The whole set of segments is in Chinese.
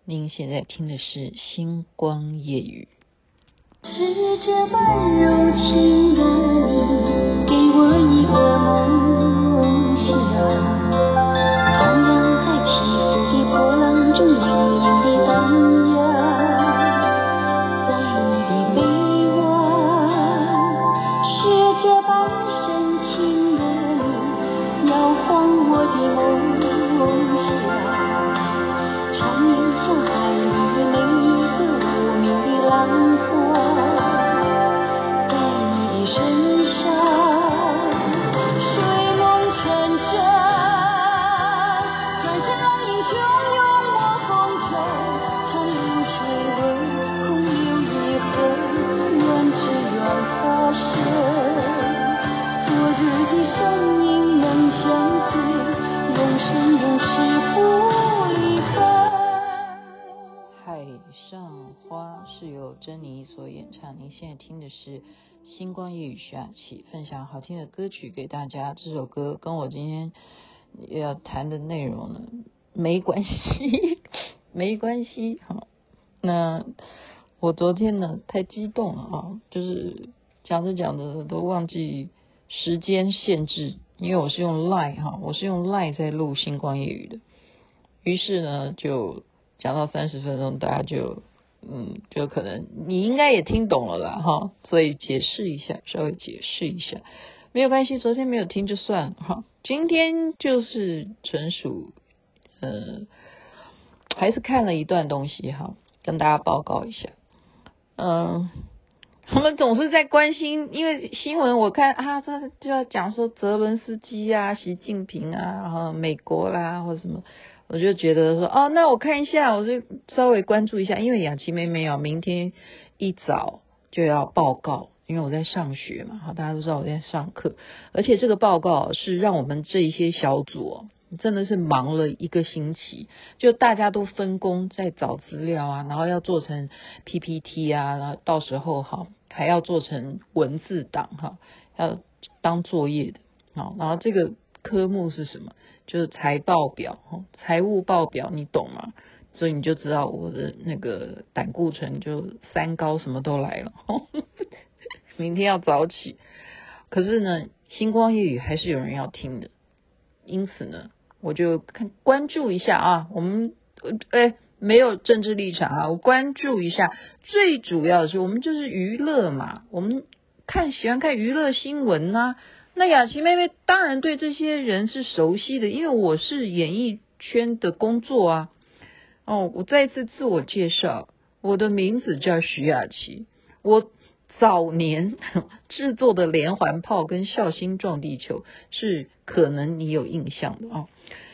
您现在听的是星光夜语。 是这般柔情的你，给我一个梦想，徜徉在起伏的波浪中，隐隐的荡漾，在你的臂弯。是这般深情的你，摇晃我的梦想，缠绵像海里每一个无名的浪花，在你的身上睡梦成真，转身浪影汹涌我风尘，长流水为空留遗恨，愿只愿他生，昨日的身影能相随，永生永世不离分。 海上花是由珍妮所演唱，您现在听的是星光夜语徐雅琪分享好听的歌曲给大家。这首歌跟我今天要谈的内容呢没关系没关系。好，那我昨天呢太激动了啊，就是讲着讲着都忘记时间限制，因为我是用 Line 我是用 Line 在录星光夜语的，于是呢就讲到30分钟，大家就可能你应该也听懂了啦哈，所以解释一下，稍微解释一下，没有关系，昨天没有听就算了哈。今天就是纯属还是看了一段东西哈，跟大家报告一下。他们总是在关心，因为新闻我看他就要讲说泽伦斯基啊、习近平啊，然后美国啦或者什么，我就觉得说那我看一下，我就稍微关注一下，因为雅琪妹妹明天一早就要报告，因为我在上学嘛，大家都知道我在上课，而且这个报告是让我们这一些小组真的是忙了1个星期，就大家都分工在找资料啊，然后要做成 PPT 啊，然后到时候还要做成文字档要当作业的。然后这个科目是什么？就是财报表，财务报表，你懂吗？所以你就知道我的那个胆固醇就3高什么都来了明天要早起，可是呢星光夜语还是有人要听的，因此呢我就关注一下我们没有政治立场我关注一下，最主要的是我们就是娱乐嘛，我们喜欢看娱乐新闻啊。那雅琪妹妹当然对这些人是熟悉的，因为我是演艺圈的工作啊。我再一次自我介绍，我的名字叫徐雅琪，我早年制作的连环炮跟笑星撞地球是可能你有印象的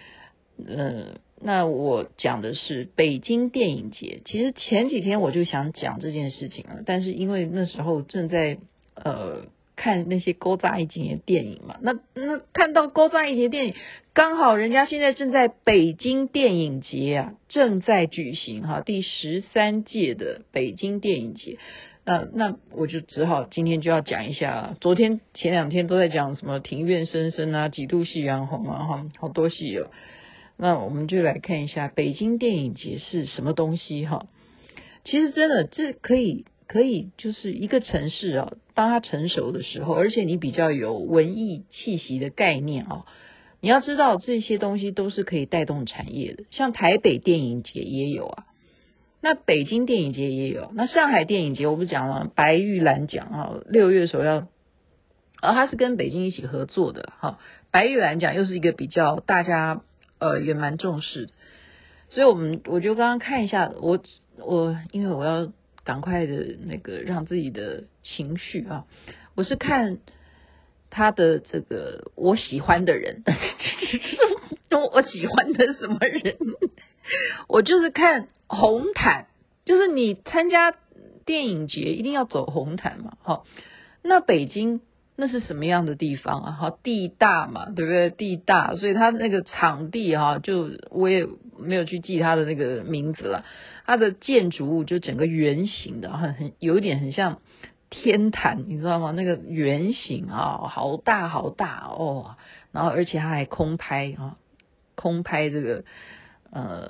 那我讲的是北京电影节，其实前几天我就想讲这件事情了，但是因为那时候正在看那些勾扎一节的电影嘛，那看到勾扎一节电影，刚好人家现在正在北京电影节正在举行第13届的北京电影节。那我就只好今天就要讲一下，昨天前2天都在讲什么庭院深深啊、几度夕阳红好多戏那我们就来看一下北京电影节是什么东西其实真的这可以就是一个城市当它成熟的时候，而且你比较有文艺气息的概念你要知道这些东西都是可以带动产业的，像台北电影节也有那北京电影节也有，那上海电影节我不是讲了白玉兰奖6月的时候要它是跟北京一起合作的白玉兰奖又是一个比较大家也蛮重视的，所以我就刚刚看一下，我因为我要赶快的那个让自己的情绪我是看他的这个我喜欢的人我喜欢的什么人我就是看红毯，就是你参加电影节一定要走红毯嘛那北京那是什么样的地方地大嘛，对不对？地大，所以它那个场地就我也没有去记它的那个名字了。它的建筑物就整个圆形的，有一点很像天坛，你知道吗？那个圆形好大好大然后而且它还空拍这个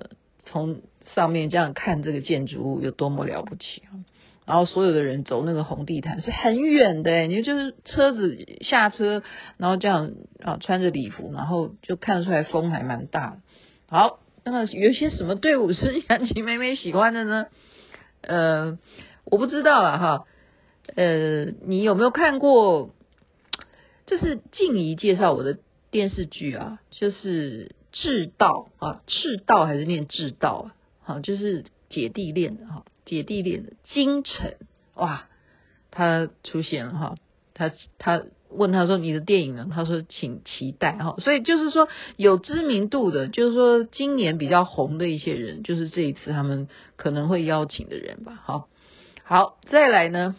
从上面这样看这个建筑物有多么了不起啊。然后所有的人走那个红地毯是很远的，你就是车子下车，然后这样穿着礼服，然后就看得出来风还蛮大的。好，那个有些什么队伍是杨琪妹妹喜欢的呢？我不知道啦哈。你有没有看过？这是静怡介绍我的电视剧啊，就是智道啊，赤道还是念智道啊？好，就是姐弟恋的哈，姐弟恋的金城，哇，他出现了哈，他问他说你的电影呢？他说请期待哈，所以就是说有知名度的，就是说今年比较红的一些人，就是这一次他们可能会邀请的人吧。好，再来呢，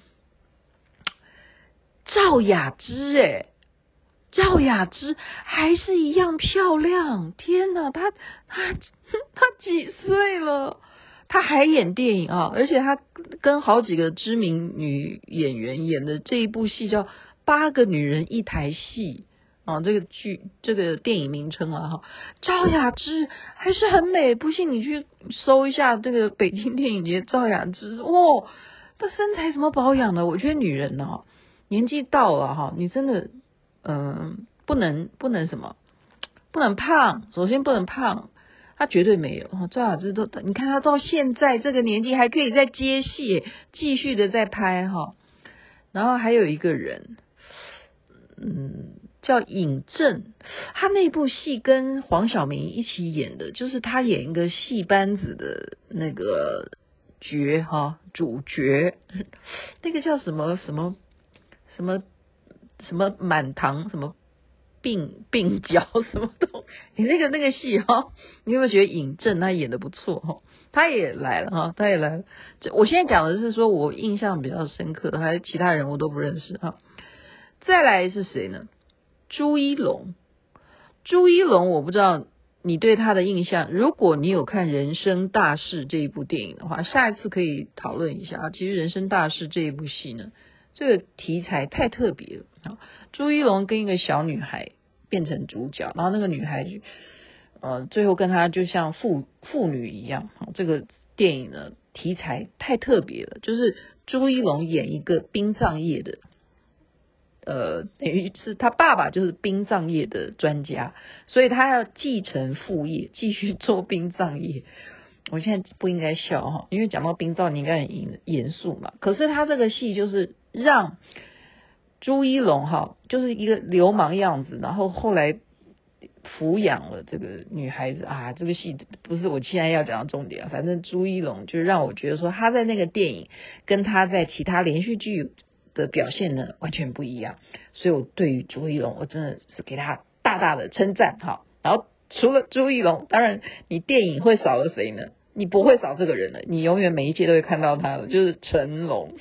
赵雅芝赵雅芝还是一样漂亮，天哪，她几岁了？她还演电影啊，而且她跟好几个知名女演员演的这一部戏叫《8个女人一台戏》啊，这个电影名称啊哈。赵雅芝还是很美，不信你去搜一下这个北京电影节赵雅芝，哇，这身材怎么保养的？我觉得女人呢，年纪到了哈，你真的不能什么，不能胖，首先不能胖。他绝对没有，赵雅芝你看他到现在这个年纪还可以再接戏，继续的在拍哈。然后还有一个人，叫尹正，他那部戏跟黄晓明一起演的，就是他演一个戏班子的那个主角，那个叫什么满堂什么鬓角什么东，你那个戏你有没有觉得尹正他演的不错他也来了他也来了。我现在讲的是说我印象比较深刻的，还是其他人我都不认识再来是谁呢？朱一龙我不知道你对他的印象，如果你有看《人生大事》这一部电影的话，下一次可以讨论一下其实《人生大事》这一部戏呢，这个题材太特别了朱一龙跟一个小女孩变成主角，然后那个女孩最后跟他就像父女一样这个电影呢题材太特别了，就是朱一龙演一个殡葬业的等于是他爸爸就是殡葬业的专家，所以他要继承父业，继续做殡葬业。我现在不应该笑因为讲到殡葬你应该很严肃嘛。可是他这个戏就是让朱一龙就是一个流氓样子，然后后来抚养了这个女孩子这个戏不是我现在要讲的重点反正朱一龙就让我觉得说他在那个电影跟他在其他连续剧的表现呢完全不一样，所以我对于朱一龙我真的是给他大大的称赞然后除了朱一龙，当然你电影会少了谁呢？你不会少这个人了，你永远每一届都会看到他的，就是成龙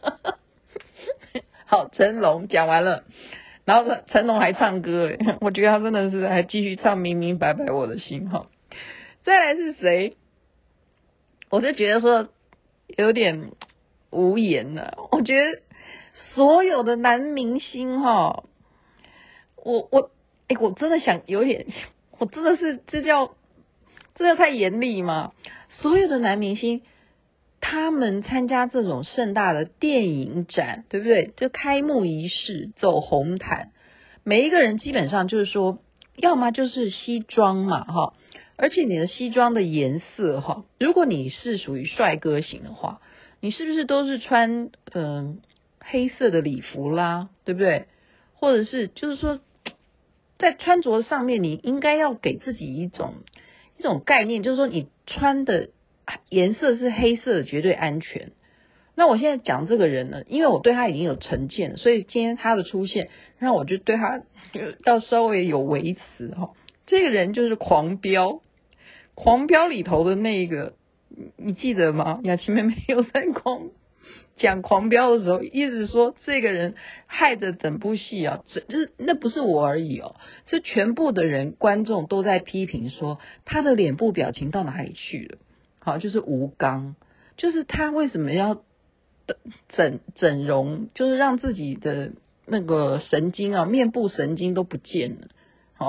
好，成龙讲完了，然后成龙还唱歌我觉得他真的是还继续唱明明白白我的心再来是谁？我就觉得说有点无言了，我觉得所有的男明星我真的想有点，我真的是这太严厉吗？所有的男明星他们参加这种盛大的电影展，对不对？就开幕仪式走红毯，每一个人基本上就是说要么就是西装嘛而且你的西装的颜色如果你是属于帅哥型的话，你是不是都是穿黑色的礼服啦，对不对？或者是就是说在穿着上面你应该要给自己一种概念，就是说你穿的颜色是黑色的绝对安全。那我现在讲这个人呢，因为我对他已经有成见，所以今天他的出现让我就对他要稍微有微词这个人就是狂飙里头的那个，你记得吗？雅琪妹妹有在讲狂飙的时候一直说这个人害得整部戏就是那不是我而已是全部的人观众都在批评说他的脸部表情到哪里去了就是吴刚，就是他为什么要整容，就是让自己的那个神经面部神经都不见了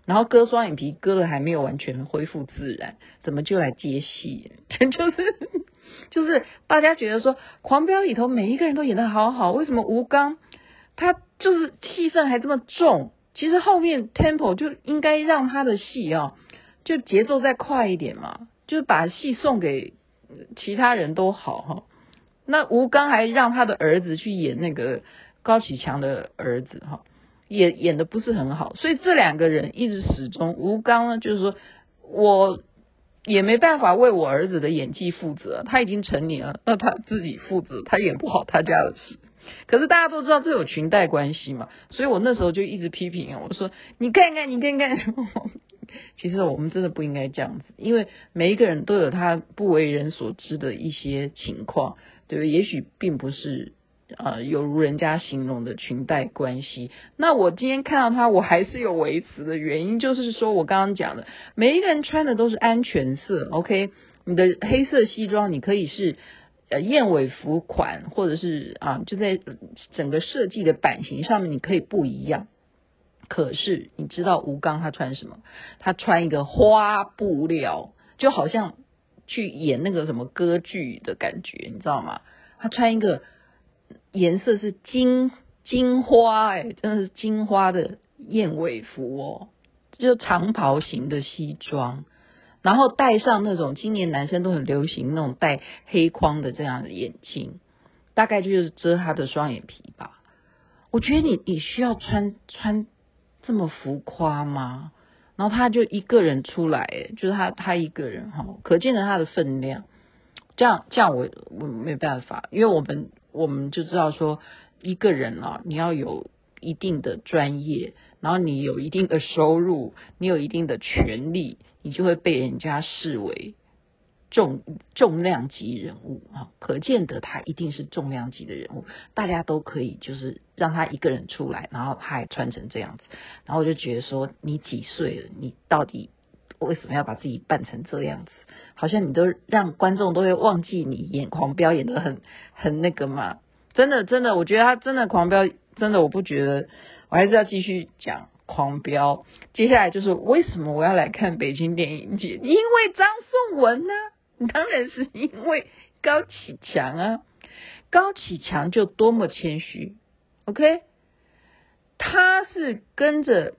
然后割双眼皮割的还没有完全恢复自然，怎么就来接戏？就是大家觉得说狂飙里头每一个人都演得好好，为什么吴刚他就是戏份还这么重？其实后面 tempo 就应该让他的戏就节奏再快一点嘛，就是把戏送给其他人都好那吴刚还让他的儿子去演那个高启强的儿子也演得不是很好，所以这两个人一直始终，吴刚呢就是说我也没办法为我儿子的演技负责，他已经成年了，那他自己负责，他演不好他家的事。可是大家都知道这有裙带关系嘛，所以我那时候就一直批评我说你看看其实我们真的不应该这样子，因为每一个人都有他不为人所知的一些情况，对不对？也许并不是有如人家形容的裙带关系。那我今天看到他我还是有维持的原因，就是说我刚刚讲的每一个人穿的都是安全色 OK， 你的黑色西装你可以是燕尾服款，或者是就在整个设计的版型上面你可以不一样。可是你知道吴刚他穿什么？他穿一个花布料，就好像去演那个什么歌剧的感觉，你知道吗？他穿一个颜色是金花真的是金花的燕尾服就长袍型的西装，然后戴上那种今年男生都很流行那种戴黑框的这样的眼镜，大概就是遮他的双眼皮吧。我觉得你需要穿这么浮夸吗？然后他就一个人出来就是他一个人可见了他的分量。这样我没办法，因为我们就知道说一个人你要有一定的专业，然后你有一定的收入，你有一定的权利，你就会被人家视为重量级人物可见得他一定是重量级的人物，大家都可以就是让他一个人出来，然后他还穿成这样子，然后我就觉得说你几岁了，你到底为什么要把自己扮成这样子？好像你都让观众都会忘记你演狂飙演得很那个嘛。真的我觉得他真的狂飙，真的我不觉得，我还是要继续讲狂飙。接下来就是为什么我要来看北京电影节？因为张颂文呢，当然是因为高启强高启强就多么谦虚 OK， 他是跟着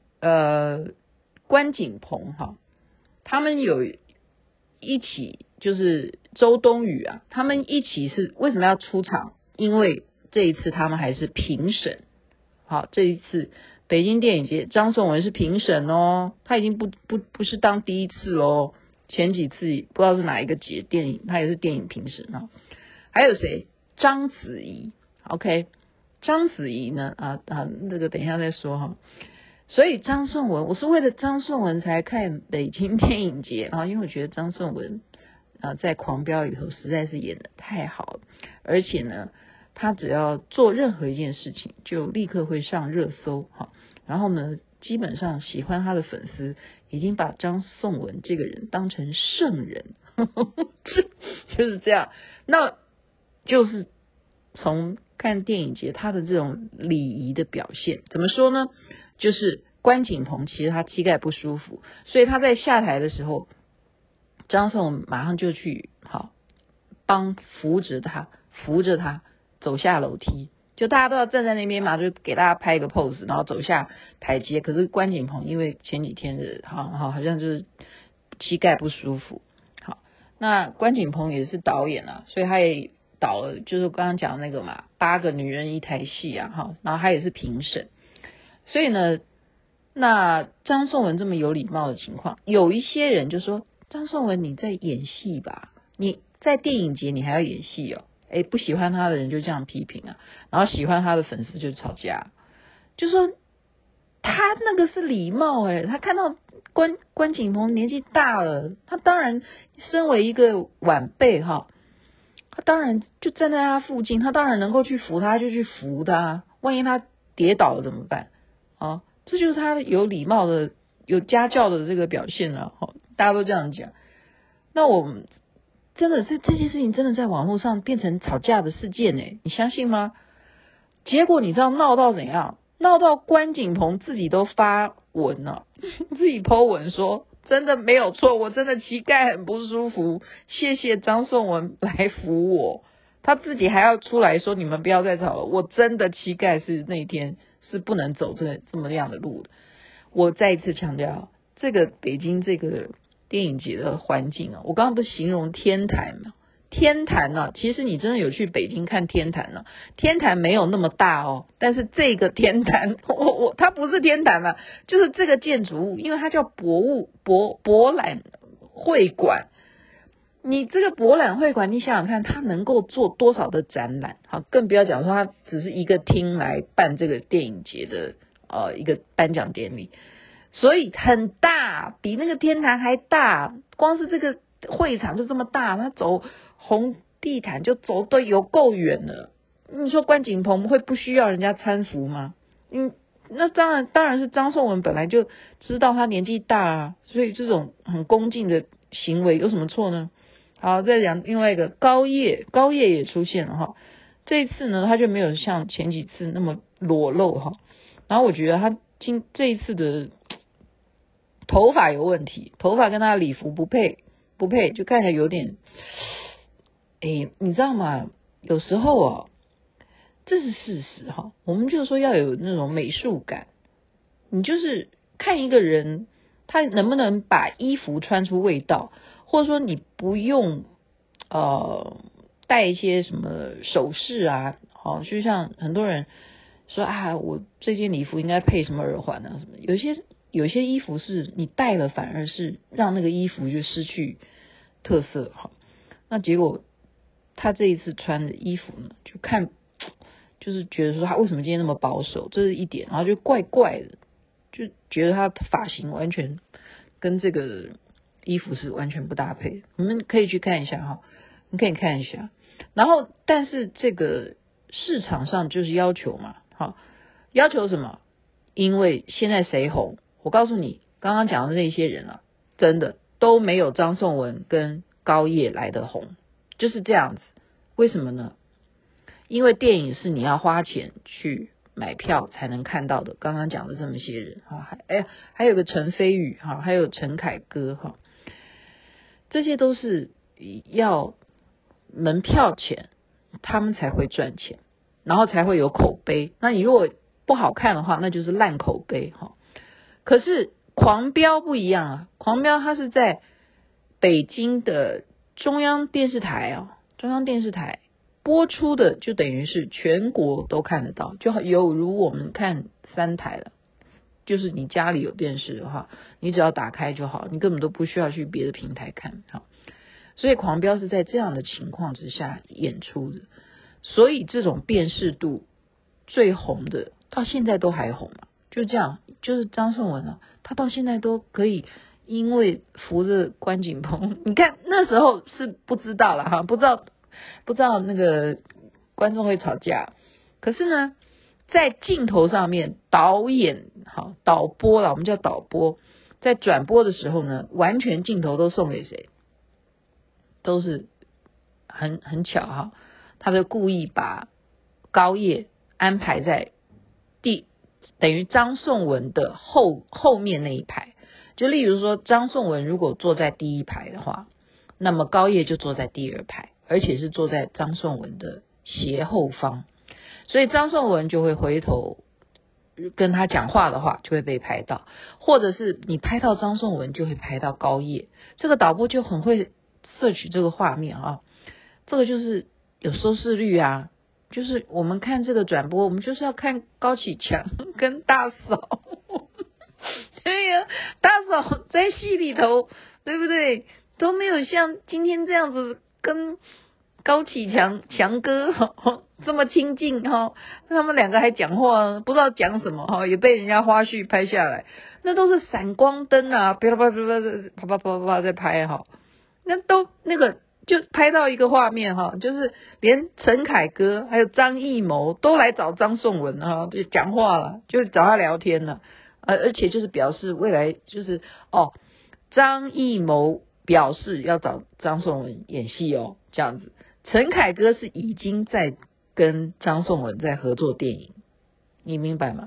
关锦鹏他们有一起，就是周冬雨他们一起是为什么要出场？因为这一次他们还是评审。这一次北京电影节张颂文是评审他已经不是当第一次前几次不知道是哪一个节电影他也是电影评审还有谁？章子怡 OK， 章子怡呢这个等一下再说所以张颂文，我是为了张颂文才看北京电影节因为我觉得张颂文在狂飙里头实在是演得太好了，而且呢他只要做任何一件事情就立刻会上热搜然后呢基本上喜欢他的粉丝已经把张颂文这个人当成圣人就是这样。那就是从看电影节他的这种礼仪的表现怎么说呢，就是关锦鹏其实他膝盖不舒服，所以他在下台的时候张颂文马上就去扶着他走下楼梯，就大家都要站在那边嘛，就给大家拍一个 pose 然后走下台阶。可是关锦鹏因为前几天的好像就是膝盖不舒服那关锦鹏也是导演所以他也导了就是刚刚讲那个嘛8个女人一台戏然后他也是评审。所以呢那张颂文这么有礼貌的情况，有一些人就说张颂文你在演戏吧，你在电影节你还要演戏不喜欢他的人就这样批评然后喜欢他的粉丝就吵架，就说他那个是礼貌他看到关锦鹏年纪大了，他当然身为一个晚辈他当然就站在他附近，他当然能够去扶他就去扶他万一他跌倒了怎么办这就是他有礼貌的有家教的这个表现大家都这样讲。那我们真的是这件事情真的在网络上变成吵架的事件你相信吗？结果你知道闹到怎样？闹到关锦鹏自己都发文啊，自己 po 文说真的没有错，我真的膝盖很不舒服，谢谢张颂文来扶我。他自己还要出来说你们不要再吵了，我真的膝盖是那天是不能走这么样的路的。我再一次强调，这个北京这个电影节的环境啊，我刚刚不是形容天坛吗？天坛啊，其实你真的有去北京看天坛啊，天坛没有那么大哦，但是这个天坛，它不是天坛啊，就是这个建筑物，因为它叫博览会馆。你这个博览会馆，你想想看，它能够做多少的展览？好，更不要讲说它只是一个厅来办这个电影节的一个颁奖典礼，所以很大，比那个天坛还大。光是这个会场就这么大，它走红地毯就走得有够远了。你说关锦鹏会不需要人家搀扶吗？那当然是张颂文本来就知道他年纪大啊，所以这种很恭敬的行为有什么错呢？好，再讲另外一个高叶也出现了哈。这一次呢，他就没有像前几次那么裸露哈。然后我觉得他这一次的头发有问题，头发跟他的礼服不配，就看起来有点，你知道吗？有时候啊，这是事实哈。我们就说要有那种美术感，你就是看一个人他能不能把衣服穿出味道。或者说你不用戴一些什么首饰啊，好，就像很多人说啊，我这件礼服应该配什么耳环啊什么，有些衣服是你戴了反而是让那个衣服就失去特色哈。那结果他这一次穿的衣服呢，就是觉得说他为什么今天那么保守，这是一点，然后就怪怪的，就觉得他发型完全跟这个衣服是完全不搭配，你们可以去看一下哈，你可以看一下。然后，但是这个市场上就是要求嘛，好，要求什么？因为现在谁红？我告诉你，刚刚讲的那些人啊，真的都没有张颂文跟高叶来的红，就是这样子。为什么呢？因为电影是你要花钱去买票才能看到的。刚刚讲的这么些人哈，还有个陈飞宇哈，还有陈凯歌哈。这些都是要门票钱，他们才会赚钱，然后才会有口碑。那你如果不好看的话，那就是烂口碑哈。可是狂飙不一样啊，狂飙它是在北京的中央电视台播出的，就等于是全国都看得到，就有如我们看3台了。就是你家里有电视的话，你只要打开就好，你根本都不需要去别的平台看。好，所以狂飙是在这样的情况之下演出的，所以这种辨识度最红的到现在都还红嘛，就这样，就是张颂文啊，他到现在都可以因为扶着关锦鹏，你看那时候是不知道了哈，不知道那个观众会吵架，可是呢在镜头上面，导播啦，我们叫导播，在转播的时候呢，完全镜头都送给谁？都是很巧哈，他就故意把高叶安排在等于张颂文的后面那一排。就例如说，张颂文如果坐在第一排的话，那么高叶就坐在第2排，而且是坐在张颂文的斜后方。所以张颂文就会回头跟他讲话的话就会被拍到，或者是你拍到张颂文就会拍到高叶，这个导播就很会摄取这个画面啊，这个就是有收视率啊，就是我们看这个转播，我们就是要看高启强跟大嫂对呀，大嫂在戏里头对不对，都没有像今天这样子跟高启强哥这么亲近哈，他们2个还讲话不知道讲什么哈，也被人家花絮拍下来，那都是闪光灯啊，啪啪啪啪啪在拍哈，那都那个就拍到一个画面哈，就是连陈凯歌还有张艺谋都来找张颂文哈，就讲话了，就找他聊天了，而且就是表示未来就是张艺谋表示要找张颂文演戏这样子。陈凯歌是已经在跟张颂文在合作电影，你明白吗？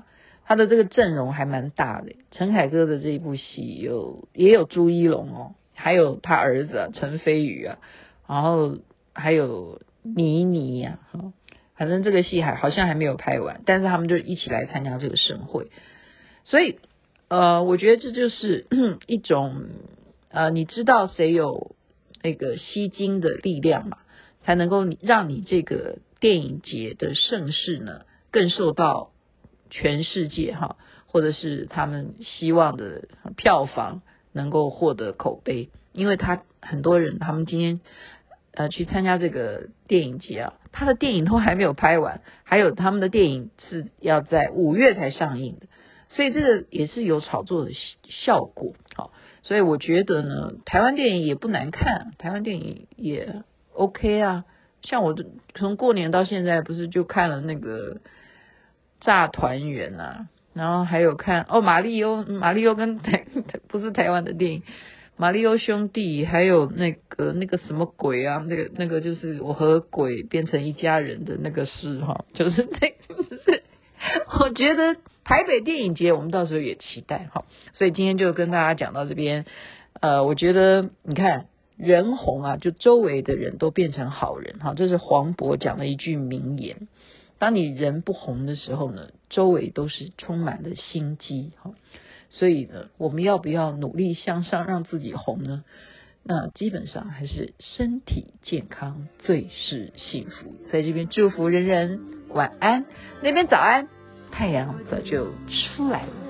他的这个阵容还蛮大的。陈凯歌的这一部戏也有朱一龙哦，还有他儿子陈飞宇啊，然后还有倪妮啊，反正这个戏好像还没有拍完，但是他们就一起来参加这个盛会。所以我觉得这就是一种你知道谁有那个吸金的力量嘛，才能够让你这个电影节的盛事呢更受到全世界或者是他们希望的票房能够获得口碑。因为很多人他们今天去参加这个电影节啊，他的电影都还没有拍完，还有他们的电影是要在5月才上映的，所以这个也是有炒作的效果。所以我觉得呢，台湾电影也不难看，台湾电影也 OK 啊。像我从过年到现在不是就看了那个炸团圆啊，然后还有看马里欧跟不是台湾的电影，马里欧兄弟，还有那个什么鬼啊，那个就是我和鬼变成一家人的那个事就是我觉得台北电影节我们到时候也期待所以今天就跟大家讲到这边。我觉得你看人红啊，就周围的人都变成好人这是黄渤讲的一句名言。当你人不红的时候呢，周围都是充满了心机所以呢，我们要不要努力向上让自己红呢？那基本上还是身体健康最是幸福。在这边祝福人人晚安，那边早安，太阳早就出来了。